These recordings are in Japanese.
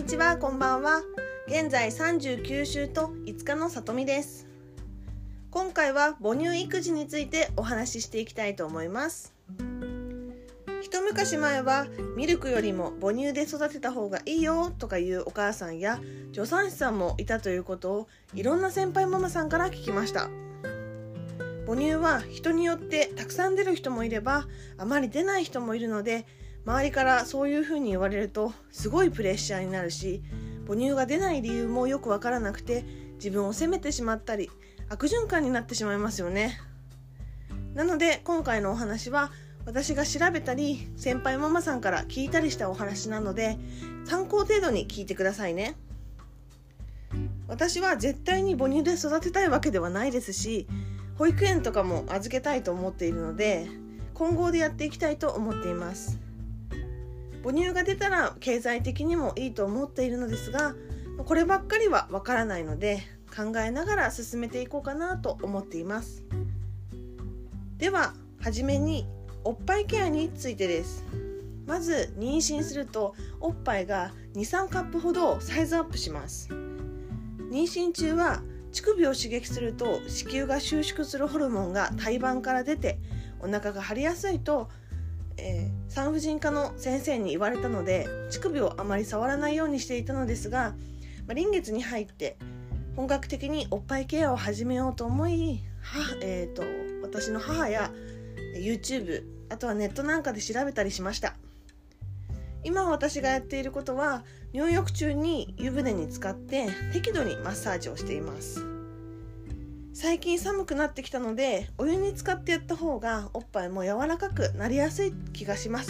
ちは、こんばんは。現在39週と5日のさとみです。今回は母乳育児についてお話ししていきたいと思います。一昔前はミルクよりも母乳で育てた方がいいよとかいうお母さんや助産師さんもいたということをいろんな先輩ママさんから聞きました。母乳は人によってたくさん出る人もいればあまり出ない人もいるので、周りからそういうふうに言われるとすごいプレッシャーになるし、母乳が出ない理由もよくわからなくて自分を責めてしまったり悪循環になってしまいますよね。なので今回のお話は私が調べたり先輩ママさんから聞いたりしたお話なので、参考程度に聞いてくださいね。私は絶対に母乳で育てたいわけではないですし、保育園とかも預けたいと思っているので、混合でやっていきたいと思っています。母乳が出たら経済的にもいいと思っているのですが、こればっかりはわからないので考えながら進めていこうかなと思っています。でははじめにおっぱいケアについてです。まず妊娠するとおっぱいが 2,3 カップほどサイズアップします。妊娠中は乳首を刺激すると子宮が収縮するホルモンが胎盤から出てお腹が張りやすいと、産婦人科の先生に言われたので乳首をあまり触らないようにしていたのですが、臨月に入って本格的におっぱいケアを始めようと思い、私の母や YouTube、 あとはネットなんかで調べたりしました。今私がやっていることは、入浴中に湯船に浸かって適度にマッサージをしています。最近寒くなってきたのでお湯に浸かってやった方がおっぱいも柔らかくなりやすい気がします。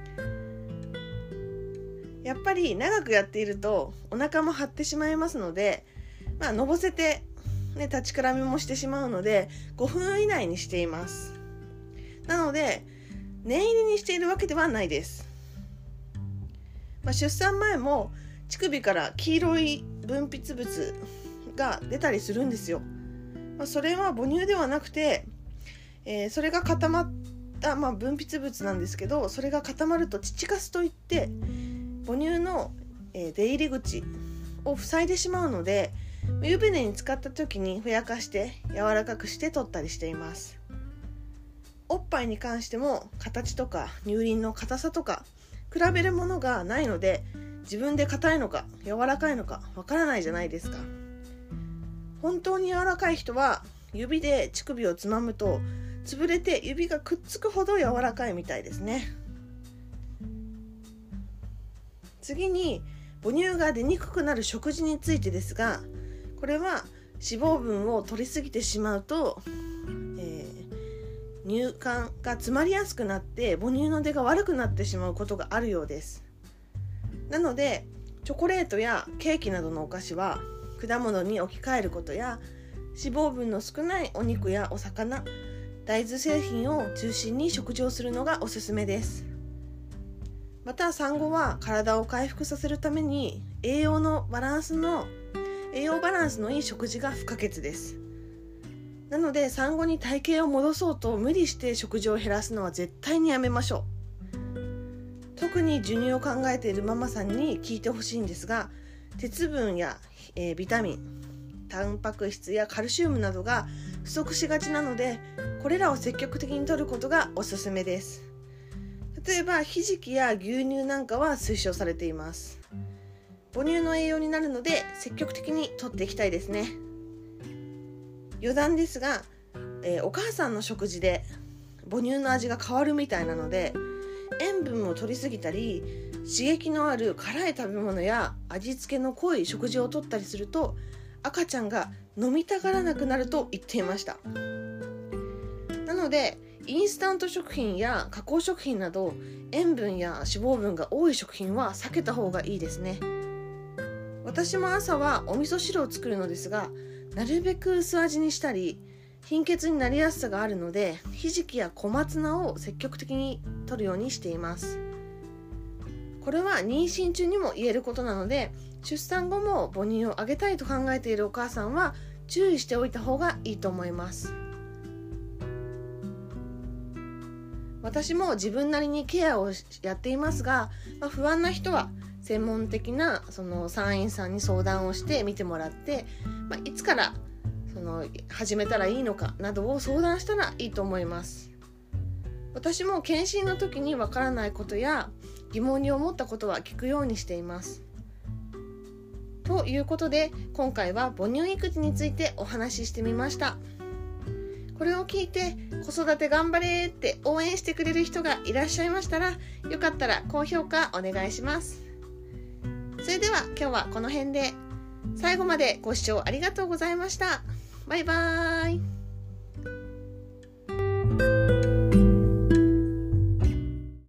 やっぱり長くやっているとお腹も張ってしまいますので、のぼせて、立ちくらみもしてしまうので5分以内にしています。なので念入りにしているわけではないです。出産前も乳首から黄色い分泌物が出たりするんですよ。それは母乳ではなくて、それが固まった、分泌物なんですけど、それが固まると乳かすといって母乳の、出入り口を塞いでしまうので、湯船に浸かった時にふやかして柔らかくして取ったりしています。おっぱいに関しても形とか乳輪の硬さとか比べるものがないので、自分で硬いのか柔らかいのかわからないじゃないですか。本当に柔らかい人は指で乳首をつまむと潰れて指がくっつくほど柔らかいみたいですね。次に母乳が出にくくなる食事についてですが、これは脂肪分を取りすぎてしまうと、乳管が詰まりやすくなって母乳の出が悪くなってしまうことがあるようです。なのでチョコレートやケーキなどのお菓子は果物に置き換えることや、脂肪分の少ないお肉やお魚、大豆製品を中心に食事をするのがおすすめです。また産後は体を回復させるために栄養バランスのいい食事が不可欠です。なので産後に体型を戻そうと無理して食事を減らすのは絶対にやめましょう。特に授乳を考えているママさんに聞いてほしいんですが、鉄分や、ビタミン、タンパク質やカルシウムなどが不足しがちなので、これらを積極的に摂ることがおすすめです。例えばひじきや牛乳なんかは推奨されています。母乳の栄養になるので積極的に摂っていきたいですね。余談ですが、お母さんの食事で母乳の味が変わるみたいなので、塩分を摂りすぎたり刺激のある辛い食べ物や味付けの濃い食事をとったりすると赤ちゃんが飲みたがらなくなると言っていました。なのでインスタント食品や加工食品など塩分や脂肪分が多い食品は避けた方がいいですね。私も朝はお味噌汁を作るのですが、なるべく薄味にしたり貧血になりやすさがあるので、ひじきや小松菜を積極的に摂るようにしています。これは妊娠中にも言えることなので、出産後も母乳をあげたいと考えているお母さんは注意しておいた方がいいと思います。私も自分なりにケアをやっていますが、不安な人は専門的なその産院さんに相談をして見てもらって、いつから始めたらいいのかなどを相談したらいいと思います。私も検診の時にわからないことや疑問に思ったことは聞くようにしています。ということで、今回は母乳育児についてお話ししてみました。これを聞いて子育て頑張れって応援してくれる人がいらっしゃいましたら、よかったら高評価お願いします。それでは今日はこの辺で、最後までご視聴ありがとうございました。バイバーイ。